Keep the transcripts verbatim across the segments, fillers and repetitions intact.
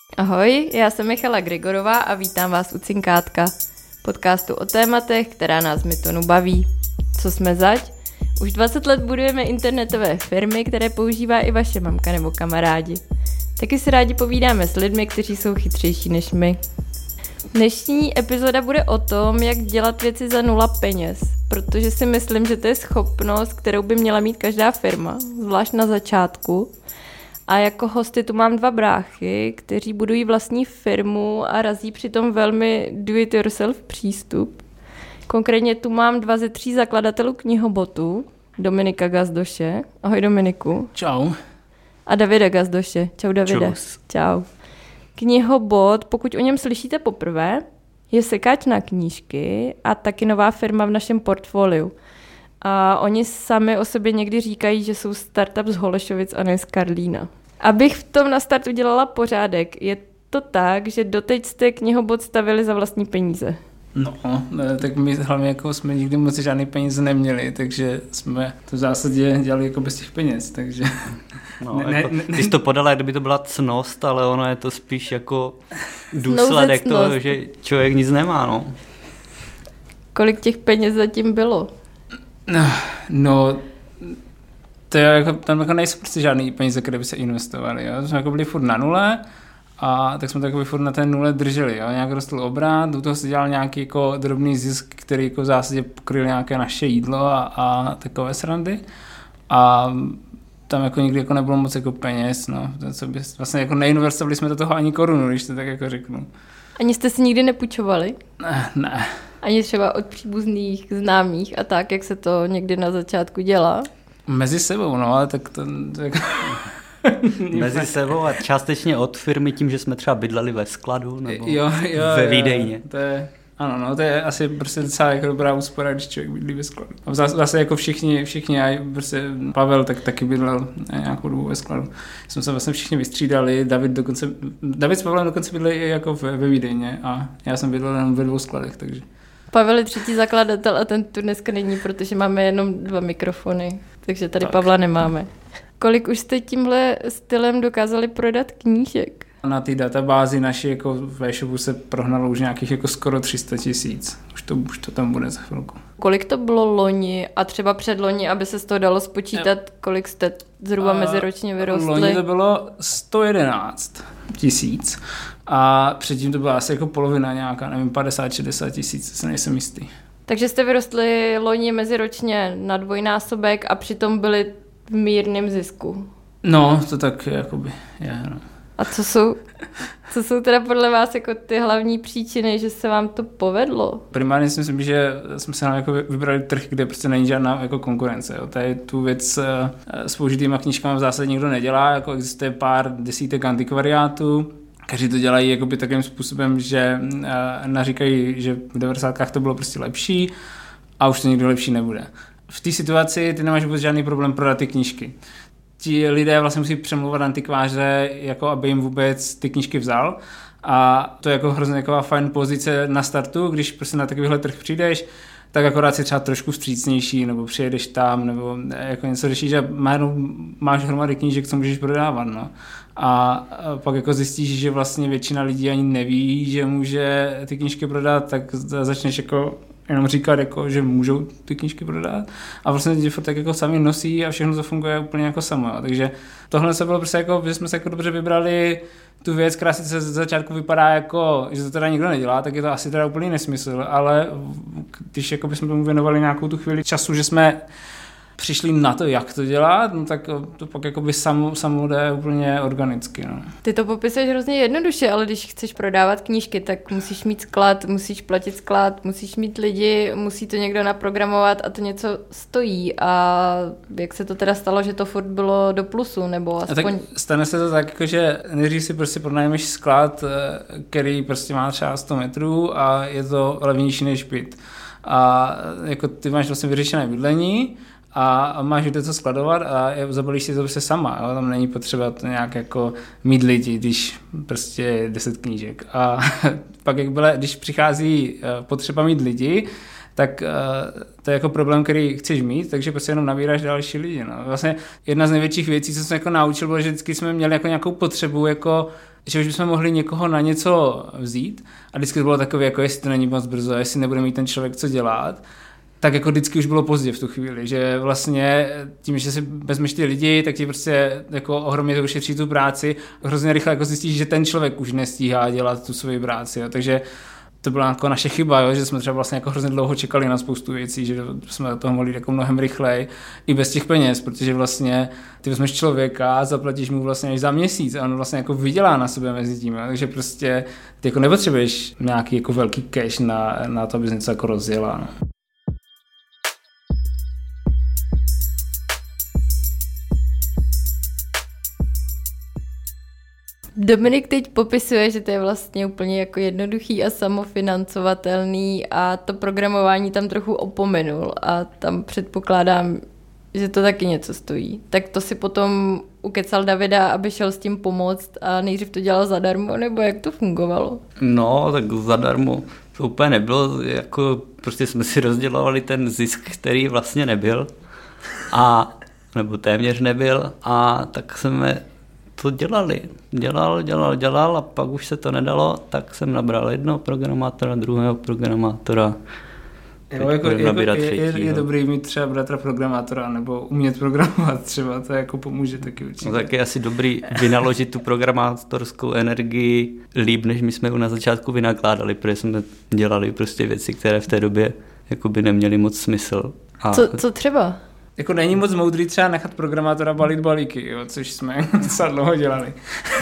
Ahoj, já jsem Michala Grigorová a vítám vás u Cinkátka, podcastu o tématech, která nás Mytonu baví. Co jsme zač? Už dvacet let budujeme internetové firmy, které používá i vaše mamka nebo kamarádi. Taky si rádi povídáme s lidmi, kteří jsou chytřejší než my. Dnešní epizoda bude o tom, jak dělat věci za nula peněz, protože si myslím, že to je schopnost, kterou by měla mít každá firma, zvlášť na začátku. A jako hosty tu mám dva bráchy, kteří budují vlastní firmu a razí přitom velmi do-it-yourself přístup. Konkrétně tu mám dva ze tří zakladatelů knihobotu, Dominika Gazdoše. Ahoj Dominiku. Čau. A Davida Gazdoše. Čau Davide. Čus. Čau. Knihobot, pokud o něm slyšíte poprvé, je sekáč na knížky a taky nová firma v našem portfoliu. A oni sami o sobě někdy říkají, že jsou startup z Holešovic a ne z Karlína. Abych v tom na startu dělala pořádek, je to tak, že doteď jste knihobot stavili za vlastní peníze? No, tak my hlavně jako jsme nikdy moc žádný peníze neměli, takže jsme to v zásadě dělali jako bez těch peněz, takže... No, ne, jako, ne, ne, ty jsi to podala, kdyby to byla ctnost, ale ono je to spíš jako důsledek toho, že člověk nic nemá, no. Kolik těch peněz zatím bylo? No, no to je jako, tam jako nejsou prostě žádný peníze, které by se investovaly, jo. Jsme jako byli furt na nule a tak jsme to jako furt na té nule drželi, jo. Nějak rostl obrat, do toho se dělal nějaký jako drobný zisk, který jako v zásadě pokryl nějaké naše jídlo a, a takové srandy. A tam jako nikdy jako nebylo moc jako peněz, no. Co by, vlastně jako neinvestovali jsme do toho ani korunu, když to tak jako řeknu. Ani jste si nikdy nepůjčovali? Ne, ne. Ani třeba od příbuzných, známých a tak, jak se to někdy na začátku dělá? Mezi sebou, no, ale tak to... to jako... Mezi sebou a částečně od firmy tím, že jsme třeba bydleli ve skladu nebo jo, jo, ve jo, výdejně. To je, ano, no, to je asi prostě docela jako dobrá úspora, když člověk bydlí ve skladu. A zase jako všichni, všichni, a prostě Pavel tak taky bydlel nějakou dobu ve skladu. Jsme se vlastně všichni vystřídali, David dokonce, David s Pavlem dokonce bydleli jako ve, ve výdejně a já jsem bydlel jenom ve dvou skladech, takže... Pavel je třetí zakladatel a ten tu dneska není, protože máme jenom dva mikrofony, takže tady tak. Pavla nemáme. Kolik už jste tímhle stylem dokázali prodat knížek? Na té databázi naší jako v e-shopu se prohnalo už nějakých jako skoro tři sta tisíc. Už to, už to tam bude za chvilku. Kolik to bylo loni a třeba předloni, aby se z toho dalo spočítat, kolik jste zhruba uh, meziročně vyrostli? Loni to bylo sto jedenáct tisíc a předtím to byla asi jako polovina nějaká, nevím, padesát šedesát tisíc, se nejsem jistý. Takže jste vyrostli loni meziročně na dvojnásobek a přitom byli v mírném zisku. No, to tak jakoby je, no. A co jsou, co jsou teda podle vás jako ty hlavní příčiny, že se vám to povedlo? Primárně si myslím, že jsme se nám jako vybrali trh, kde prostě není žádná jako konkurence. Jo. Tady tu věc s použitýma knížkami v zásadě nikdo nedělá, jako existuje pár desítek antikvariátů, kteří to dělají jakoby takovým způsobem, že naříkají, že v devadesátkách to bylo prostě lepší a už to nikdy lepší nebude. V té situaci ty nemáš vůbec žádný problém prodat ty knížky. Ti lidé vlastně musí přemlouvat antikváře, jako aby jim vůbec ty knížky vzal. A to je jako hrozně taková fajn pozice na startu, když prostě na takovýhle trh přijdeš, tak akorát si třeba trošku vstřícnější, nebo přijedeš tam, nebo jako něco řešíš a máš hromady knížek, co můžeš prodávat. No. A pak jako zjistíš, že vlastně většina lidí ani neví, že může ty knížky prodat, tak začneš jako jenom říkat, jako, že můžou ty knížky prodat a vlastně lidi furt tak jako sami nosí a všechno to funguje úplně jako samo. Takže tohle se bylo prostě jako, že jsme se jako dobře vybrali tu věc, která sice z začátku vypadá jako, že to teda nikdo nedělá, tak je to asi teda úplný nesmysl, ale když jako bychom tomu věnovali nějakou tu chvíli času, že jsme přišli na to, jak to dělat, no tak to pak jako by samo, samo jde úplně organicky. No. Ty to popisuješ hrozně jednoduše, ale když chceš prodávat knížky, tak musíš mít sklad, musíš platit sklad, musíš mít lidi, musí to někdo naprogramovat a to něco stojí. A jak se to teda stalo, že to furt bylo do plusu, nebo aspoň... A tak stane se to tak, jako, že nejdřív si prostě pronajmeš sklad, který prostě má třeba sto metrů a je to levnější než byt. A jako ty máš vlastně vyřešené bydlení, a máš kde to skladovat a zabalíš si to prostě sama, jo? Tam není potřeba to nějak jako mít lidi, když prostě je deset knížek. A pak jak byla, když přichází potřeba mít lidi, tak to je jako problém, který chceš mít, takže prostě jenom nabíráš další lidi. No. Vlastně jedna z největších věcí, co jsem jako naučil, bylo, že vždycky jsme měli jako nějakou potřebu, jako, že už bychom mohli někoho na něco vzít a vždycky to bylo takové, jako jestli to není moc brzo, jestli nebude mít ten člověk co dělat, tak jako vždycky už bylo pozdě v tu chvíli, že vlastně tím, že si vezmeš ty lidi, tak ti prostě jako ohromně to ušetří tu práci, hrozně rychle jako zjistíš, že ten člověk už nestíhá dělat tu svoji práci, jo. Takže to byla jako naše chyba, jo, že jsme třeba vlastně jako hrozně dlouho čekali na spoustu věcí, že jsme toho mohli jako mnohem rychleji i bez těch peněz, protože vlastně ty vezmeš člověka a zaplatíš mu vlastně až za měsíc a on vlastně jako vydělá na sebe mezi tím, jo, takže prostě ty jako nepotřebuješ nějaký jako velký cash na, na to, abys něco jako rozjela. No. Dominik teď popisuje, že to je vlastně úplně jako jednoduchý a samofinancovatelný a to programování tam trochu opomenul a tam předpokládám, že to taky něco stojí. Tak to si potom ukecal Davida, aby šel s tím pomoct a nejdřív to dělal zadarmo, nebo jak to fungovalo? No, tak zadarmo to úplně nebylo, jako prostě jsme si rozdělovali ten zisk, který vlastně nebyl a nebo téměř nebyl a tak jsme to dělali. Dělal, dělal, dělal a pak už se to nedalo, tak jsem nabral jednoho programátora, druhého programátora. Jo, jako, jako je, je, je dobrý mít třeba bratra programátora nebo umět programovat třeba, to jako pomůže taky určitě. No, tak je asi dobrý vynaložit tu programátorskou energii líp, než my jsme na začátku vynakládali, protože jsme dělali prostě věci, které v té době jakoby neměly moc smysl. A co, co třeba? Jako není moc moudrý třeba nechat programátora balit balíky, jo, což jsme docela dlouho dělali.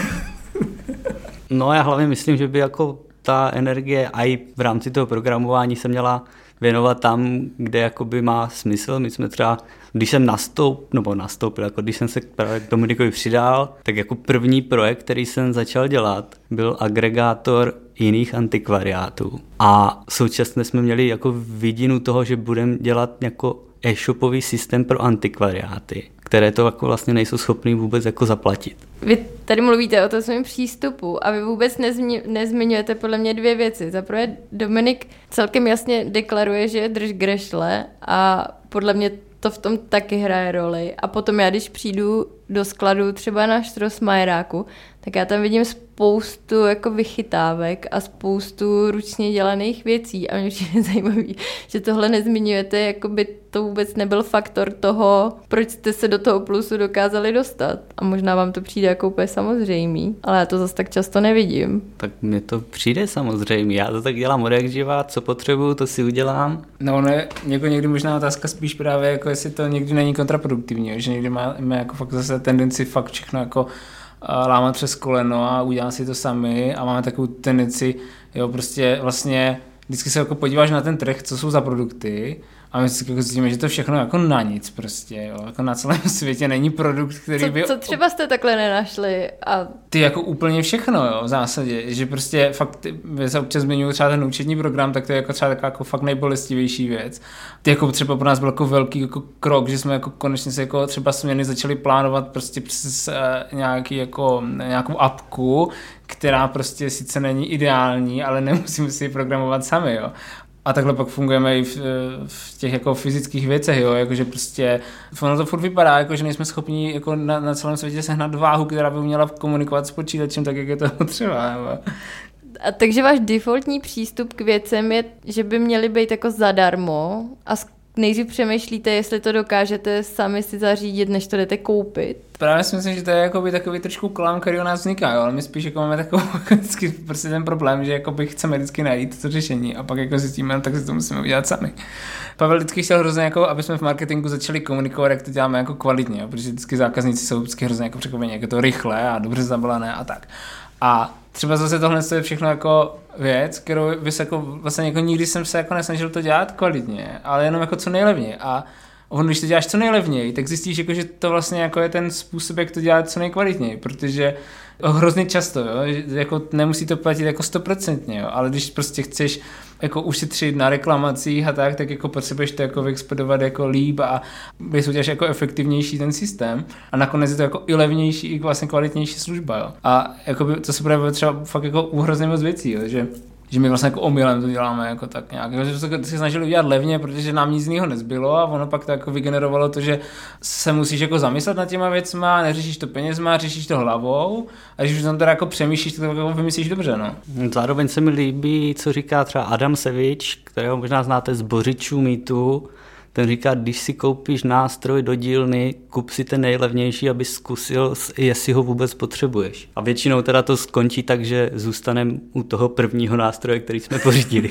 No já hlavně myslím, že by jako ta energie a i v rámci toho programování se měla věnovat tam, kde jakoby má smysl. My jsme třeba, když jsem nastoup, nebo nastoupil, jako když jsem se právě k Dominikovi přidal, tak jako první projekt, který jsem začal dělat, byl agregátor jiných antikvariátů. A současně jsme měli jako vidinu toho, že budeme dělat jako e-shopový systém pro antikvariáty, které to jako vlastně nejsou schopný vůbec jako zaplatit. Vy tady mluvíte o tom svém přístupu a vy vůbec nezmi- nezmiňujete podle mě dvě věci. Za prvé Dominik celkem jasně deklaruje, že je drž grešle a podle mě to v tom taky hraje roli. A potom já, když přijdu do skladu třeba na Štrosmajeráku, tak já tam vidím spoustu jako vychytávek a spoustu ručně dělaných věcí. A mě je zajímavý, že tohle nezmiňujete, jako by to vůbec nebyl faktor toho, proč jste se do toho plusu dokázali dostat. A možná vám to přijde jako úplně samozřejmý, ale já to zase tak často nevidím. Tak mně to přijde samozřejmý. Já to tak dělám od jak živá, co potřebuju, to si udělám. No, ne, jako někdy možná otázka spíš právě, jako jestli to někdy není kontraproduktivní, že někdy máme jako fakt zase tendenci fakt všechno jako lámat přes koleno a udělat si to sami a máme takovou tendenci, jo, prostě vlastně vždycky se jako podíváš na ten trh, co jsou za produkty a my si jako zjistíme, že to všechno jako na nic prostě, jo, jako na celém světě není produkt, který co, by... Co třeba jste takhle nenašli? A... Ty jako úplně všechno, jo, v zásadě, že prostě fakt, vy se občas zmiňují třeba ten účetní program, tak to je jako třeba taková jako fakt nejbolestivější věc. Ty jako třeba pro nás byl jako velký jako krok, že jsme jako konečně se jako třeba směny začali plánovat prostě přes uh, nějaký jako, nějakou apku, která prostě sice není ideální, ale nemusíme si ji programovat sami, jo. A takhle pak fungujeme i v, v těch jako fyzických věcech, jo, jakože prostě ono to furt vypadá, jako že nejsme schopni jako na, na celém světě sehnat váhu, která by měla komunikovat s počítačem tak, jak je to potřeba, jo. A takže váš defaultní přístup k věcem je, že by měly být jako zadarmo a nejdřív přemýšlíte, jestli to dokážete sami si zařídit, než to jdete koupit. Právě si myslím, že to je jakoby takový trošku klam, který u nás vzniká, jo? Ale my spíš jako máme takový vždycky prostě ten problém, že jakoby chceme vždycky najít to řešení a pak jako zjistíme, tak si to musíme udělat sami. Pavel vždycky chtěl hrozně, jako, aby jsme v marketingu začali komunikovat, jak to děláme jako kvalitně, jo? Protože vždycky zákazníci jsou vždycky hrozně jako překvapení, jak je to rychle a dobře zabalené a tak. A třeba zase tohle je všechno jako věc, kterou bys jako vlastně jako nikdy jsem se jako nesnažil to dělat kvalitně, ale jenom jako co nejlevněji. A on, když to děláš co nejlevněji, tak zjistíš, jako, že to vlastně jako je ten způsob, jak to dělat co nejkvalitněji, protože hrozně často, jo, jako nemusí to platit jako stoprocentně, jo, ale když prostě chceš jako ušetřit na reklamacích a tak, tak jako potřebuješ to jako vyexpedovat jako líp a vysoutěž jako efektivnější ten systém a nakonec je to jako i levnější, i vlastně kvalitnější služba, jo. A jako by, to se bude třeba fakt jako hrozně moc věcí, jo, že že my vlastně jako omylem to děláme jako tak nějak. Že jsme se snažili udělat levně, protože nám nic jiného nezbylo a ono pak to jako vygenerovalo to, že se musíš jako zamyslet nad těma věcma, neřešíš to penězma, řešíš to hlavou a když už tam teda jako přemýšlíš, tak to jako vymyslíš dobře, no. Zároveň se mi líbí, co říká třeba Adam Sevič, kterého možná znáte z Bořičů mýtu. Ten říká, když si koupíš nástroj do dílny, kup si ten nejlevnější, aby zkusil, jestli ho vůbec potřebuješ. A většinou teda to skončí tak, že zůstaneme u toho prvního nástroje, který jsme pořídili.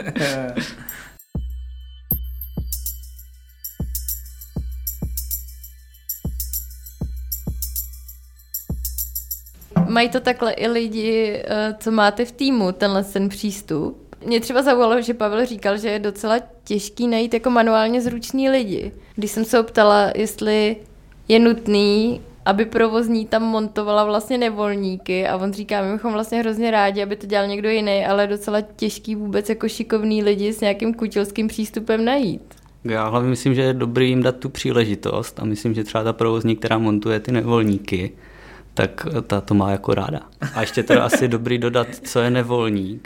Mají to takhle i lidi, co máte v týmu, tenhle ten přístup? Mě třeba zaujalo, že Pavel říkal, že je docela těžký najít jako manuálně zruční lidi. Když jsem se ho ptala, jestli je nutný, aby provozní tam montovala vlastně nevolníky a on říká, my bychom vlastně hrozně rádi, aby to dělal někdo jiný, ale je docela těžký vůbec jako šikovný lidi s nějakým kutilským přístupem najít. Já hlavně myslím, že je dobrý jim dát tu příležitost a myslím, že třeba ta provozní, která montuje ty nevolníky, tak ta to má jako ráda. A ještě teda asi dobrý dodat, co je nevolník.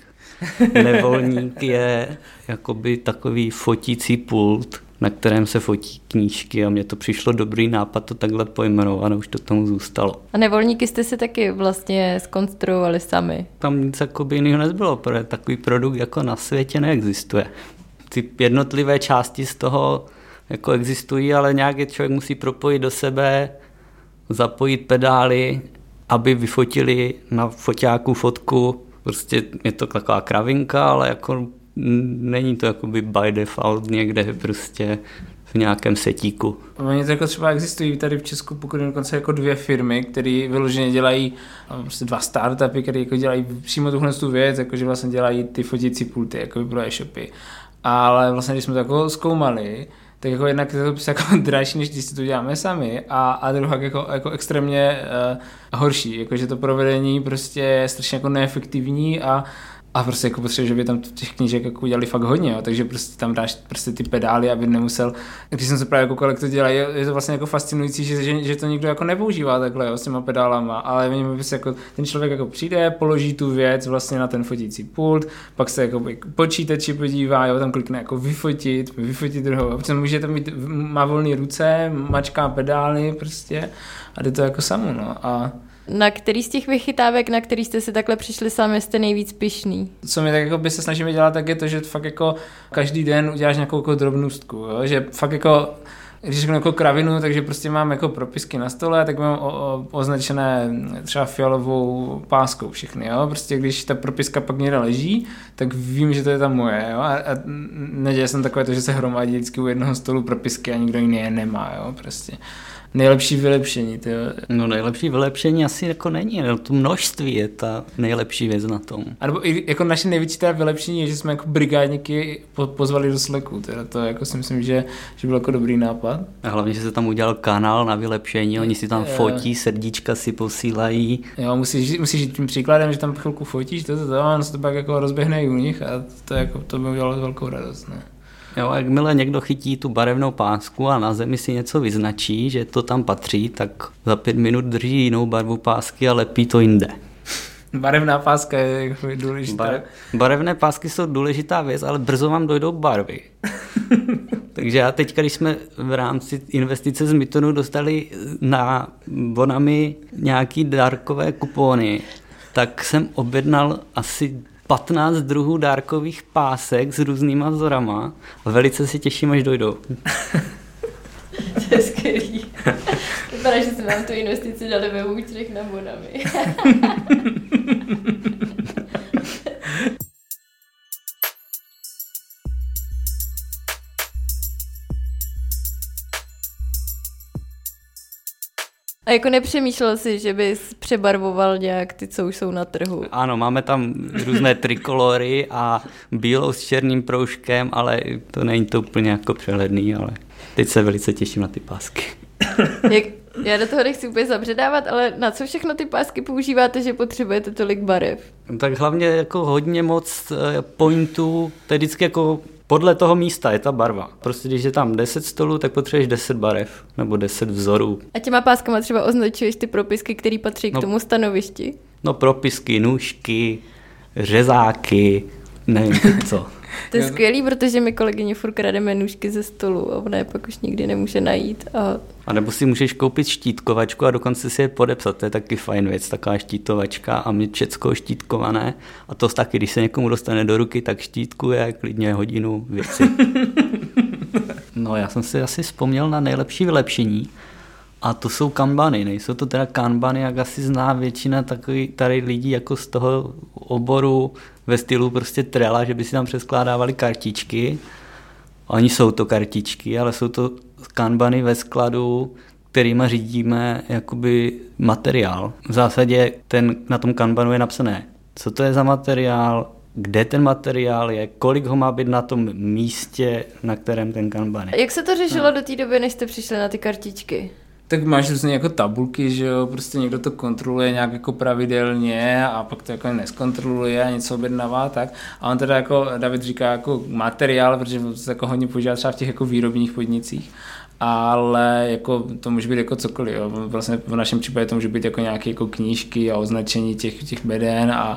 Nevolník je jakoby takový fotící pult, na kterém se fotí knížky a mně to přišlo dobrý nápad to takhle pojmenovat a už to tomu zůstalo. A nevolníky jste si taky vlastně zkonstruovali sami? Tam nic jakoby jiného nezbylo, protože takový produkt jako na světě neexistuje. Ty jednotlivé části z toho jako existují, ale nějaký člověk musí propojit do sebe, zapojit pedály, aby vyfotili na foťáku fotku. Prostě je to taková kravinka, ale jako není to jakoby by default někde prostě v nějakém setíku. Oni to jako třeba existují tady v Česku, pokud dokonce jako dvě firmy, které vyloženě dělají, prostě dva startupy, které jako dělají přímo tuhle tu věc, jakože vlastně dělají ty fotící pulty jako pro e-shopy. Ale vlastně, když jsme to jako zkoumali, tak jako jednak je to prostě jako dražší, než když si to děláme sami a, a druhá jako, jako extrémně uh, horší, jakože to provedení prostě je strašně jako neefektivní a A prostě jako potřebuje, že by tam těch knížek jako udělali fakt hodně, jo. Takže prostě tam dáš prostě ty pedály, aby nemusel, když jsem se právě koukal, jak to dělají, je to vlastně jako fascinující, že, že, že to nikdo jako nepoužívá takhle, jo, s těma pedálama, ale oni prostě jako, ten člověk jako přijde, položí tu věc vlastně na ten fotící pult, pak se jako počítači podívá, jo, tam klikne jako vyfotit, vyfotit druhou, protože může tam mít, má volné ruce, mačká pedály prostě a jde to jako samo, no. A na který z těch vychytávek, na který jste si takhle přišli sami, jste nejvíc pyšný? Co my tak jako by se snažíme dělat, tak je to, že fakt jako každý den uděláš nějakou jako drobnůstku, jo? Že fakt jako, když řeknu jako kravinu, takže prostě mám jako propisky na stole, tak mám o, o, označené třeba fialovou páskou všechny, jo? Prostě když ta propiska pak někde leží, tak vím, že to je ta moje, jo? A, a neděje jsem takové to, že se hromadí vždycky u jednoho stolu propisky a nikdo jiný je nemá, jo? Prostě. Nejlepší vylepšení, ty. No nejlepší vylepšení asi jako není, no, to množství je ta nejlepší věc na tom. A nebo i jako naše největší teda vylepšení je, že jsme jako brigádníky po, pozvali do Slacku, teda to jako si myslím, že, že byl jako dobrý nápad. A hlavně, že se tam udělal kanál na vylepšení, oni si tam fotí, srdíčka si posílají. Jo, musíš, musíš jít tím příkladem, že tam chvilku fotíš, to, to, to, a on se to pak jako rozběhne i u nich a to, jako, to by udělalo velkou radost, ne? Jo, jakmile někdo chytí tu barevnou pásku a na zemi si něco vyznačí, že to tam patří, tak za pět minut drží jinou barvu pásky a lepí to jinde. Barevná páska je jako důležitá. Bar- barevné pásky jsou důležitá věc, ale brzo vám dojdou barvy. Takže já teď, když jsme v rámci investice z Mytonu dostali na Bonami nějaký dárkové kupóny, tak jsem objednal asi patnáct druhů dárkových pásek s různýma vzorama a velice si těším, až dojdou. To je skvělý. Vypadá, že jsme nám tu investici dali ve voucherech na Bonami. A jako nepřemýšlel si, že bys přebarvoval nějak ty, co už jsou na trhu? Ano, máme tam různé trikolory a bílou s černým proužkem, ale to není to úplně jako přehledný, ale teď se velice těším na ty pásky. Jak, já do toho nechci úplně zabředávat, ale na co všechno ty pásky používáte, že potřebujete tolik barev? Tak hlavně jako hodně moc pointů, to je vždycky jako podle toho místa je ta barva. Prostě když je tam deset stolů, tak potřebuješ deset barev nebo deset vzorů. A těma páskama třeba označuješ ty propisky, které patří k no, tomu stanovišti? No propisky, nůžky, řezáky, nevím co. To je skvělý, protože my kolegyně furt krademe nůžky ze stolu a ona je pak už nikdy nemůže najít. A... a nebo si můžeš koupit štítkovačku a dokonce si je podepsat, to je taky fajn věc, taková štítovačka a mít všecko štítkované a to taky, když se někomu dostane do ruky, tak štítkuje klidně hodinu věci. No já jsem si asi vzpomněl na nejlepší vylepšení a to jsou kanbany, nejsou to teda kanbany, jak asi zná většina takových tady lidí jako z toho oboru ve stylu prostě Trela, že by si tam přeskládávali kartičky. Oni jsou to kartičky, ale jsou to kanbany ve skladu, kterýma řídíme jakoby materiál. V zásadě ten, na tom kanbanu je napsané, co to je za materiál, kde ten materiál je, kolik ho má být na tom místě, na kterém ten kanban je. Jak se to řešilo no. do té doby, než jste přišli na ty kartičky? Tak máš různě jako tabulky, že jo, prostě někdo to kontroluje nějak jako pravidelně a pak to jako neskontroluje a něco objednává, tak. A on teda jako, David říká jako materiál, protože se jako hodně používá třeba v těch jako výrobních podnicích, ale jako to může být jako cokoliv, jo. Vlastně v našem případě to může být jako nějaké jako knížky a označení těch, těch beden a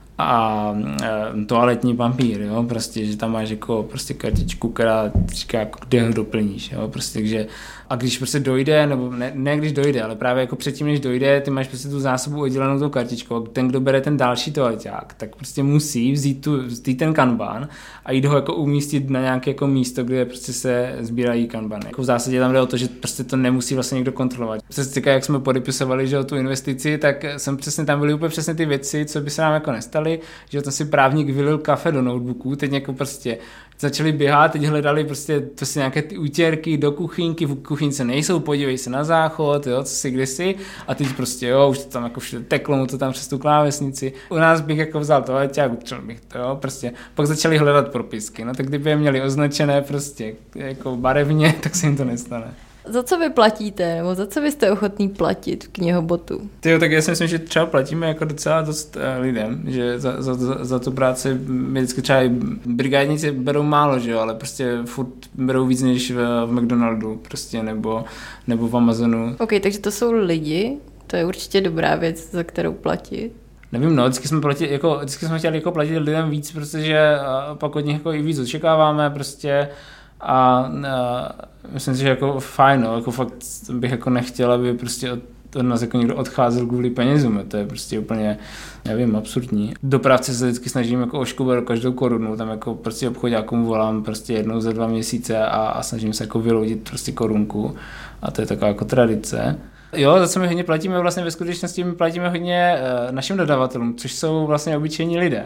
a e, toaletní papír, jo, prostě, že tam máš jako prostě kartičku, která říká, jako, kde ho doplníš, jo, prostě, takže a když prostě dojde, nebo ne, ne když dojde, ale právě jako předtím, než dojde, ty máš prostě tu zásobu oddělenou tou kartičkou a ten, kdo bere ten další toaleťák, tak prostě musí vzít, tu, vzít ten kanban a jít ho jako umístit na nějaké jako místo, kde prostě se sbírají kanbany. Jako v zásadě tam jde o to, že prostě to nemusí vlastně někdo kontrolovat. Přesně jak jsme podepisovali, že o tu investici, tak jsem přesně tam byly úplně přesně ty věci, co by se nám jako nestaly, že tam si právník vylil kafe do notebooku, teď jako prostě začali běhat, teď hledali prostě, prostě nějaké ty útěrky do kuchynky, v kuchynce nejsou, podívej se na záchod, jo, co si kdysi, a teď prostě jo, už to tam jako všude teklo mu to tam přes tu klávesnici. U nás bych jako vzal toaleťák, utřel bych to, jo, prostě. Pak začali hledat propisky, no tak kdyby je měli označené prostě jako barevně, tak se jim to nestane. Za co vy platíte, nebo za co vy jste ochotný platit v knihobotu? Tyjo, tak já si myslím, že třeba platíme jako docela dost uh, lidem, že za, za, za, za tu práci my vždycky třeba i brigádníci berou málo, že jo, ale prostě furt berou víc než v, v McDonaldu prostě, nebo, nebo v Amazonu. Ok, takže to jsou lidi, to je určitě dobrá věc, za kterou platit. Nevím, no, vždycky jsme, platili, jako, vždycky jsme chtěli jako platit lidem víc, protože uh, pak od nich jako i víc očekáváme prostě. A, a myslím si, že jako fajn, no, jako fakt bych jako nechtěl, aby prostě od, od nás jako někdo odcházel kvůli penězům, to je prostě úplně, nevím, absurdní. Dopravci se vždycky snažím jako oškubat každou korunu, tam jako prostě obchoďákům volám prostě jednou za dva měsíce a, a snažím se jako vyloudit prostě korunku a to je taková jako tradice. Jo, za co my hodně platíme, vlastně ve skutečnosti my platíme hodně e, našim dodavatelům, což jsou vlastně obyčejní lidé.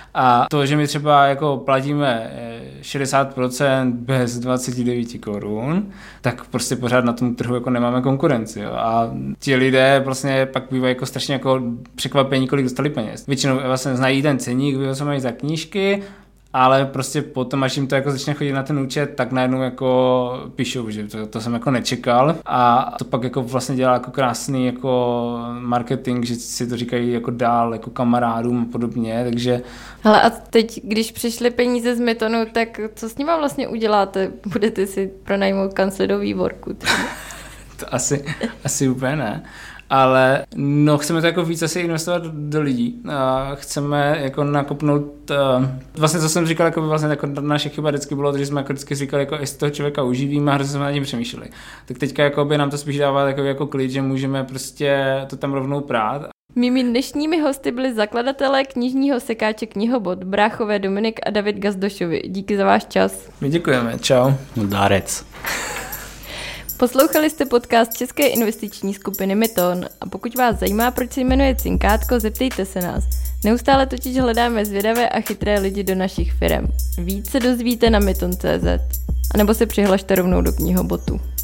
A to, že my třeba jako platíme šedesát procent bez dvacet devět korun, tak prostě pořád na tom trhu jako nemáme konkurenci. Jo. A ti lidé vlastně pak bývají jako strašně jako překvapení, kolik dostali peněz. Většinou vlastně znají ten ceník, co mají za knížky, ale prostě potom, až jim to jako začne chodit na ten účet, tak najednou jako píšou, že to, to jsem jako nečekal a to pak jako vlastně dělá jako krásný jako marketing, že si to říkají jako dál jako kamarádům a podobně, takže... Hele a teď, když přišly peníze z Mytonu, tak co s nima vlastně uděláte? Budete si pronajmout kancli do vývorku třeba? To asi, asi úplně ne. Ale no, chceme to jako víc asi investovat do lidí. A chceme jako nakopnout, uh, vlastně co jsem říkal, jako by vlastně jako naše chyba vždycky bylo, že jsme jako vždycky říkali, jako jestli toho člověka uživíme a hrozně jsme nad tím přemýšleli. Tak teďka jako by nám to spíš dává takový jako klid, že můžeme prostě to tam rovnou prát. Mými dnešními hosty byli zakladatelé knižního sekáče Knihobot, bráchové Dominik a David Gazdošovi. Díky za váš čas. My děkujeme, čau. Dárec. Poslouchali jste podcast české investiční skupiny Myton a pokud vás zajímá, proč se jmenuje Cinkátko, zeptejte se nás. Neustále totiž hledáme zvědavé a chytré lidi do našich firem. Víc se dozvíte na myton tečka cé zet a nebo se přihlašte rovnou do Knihobotu.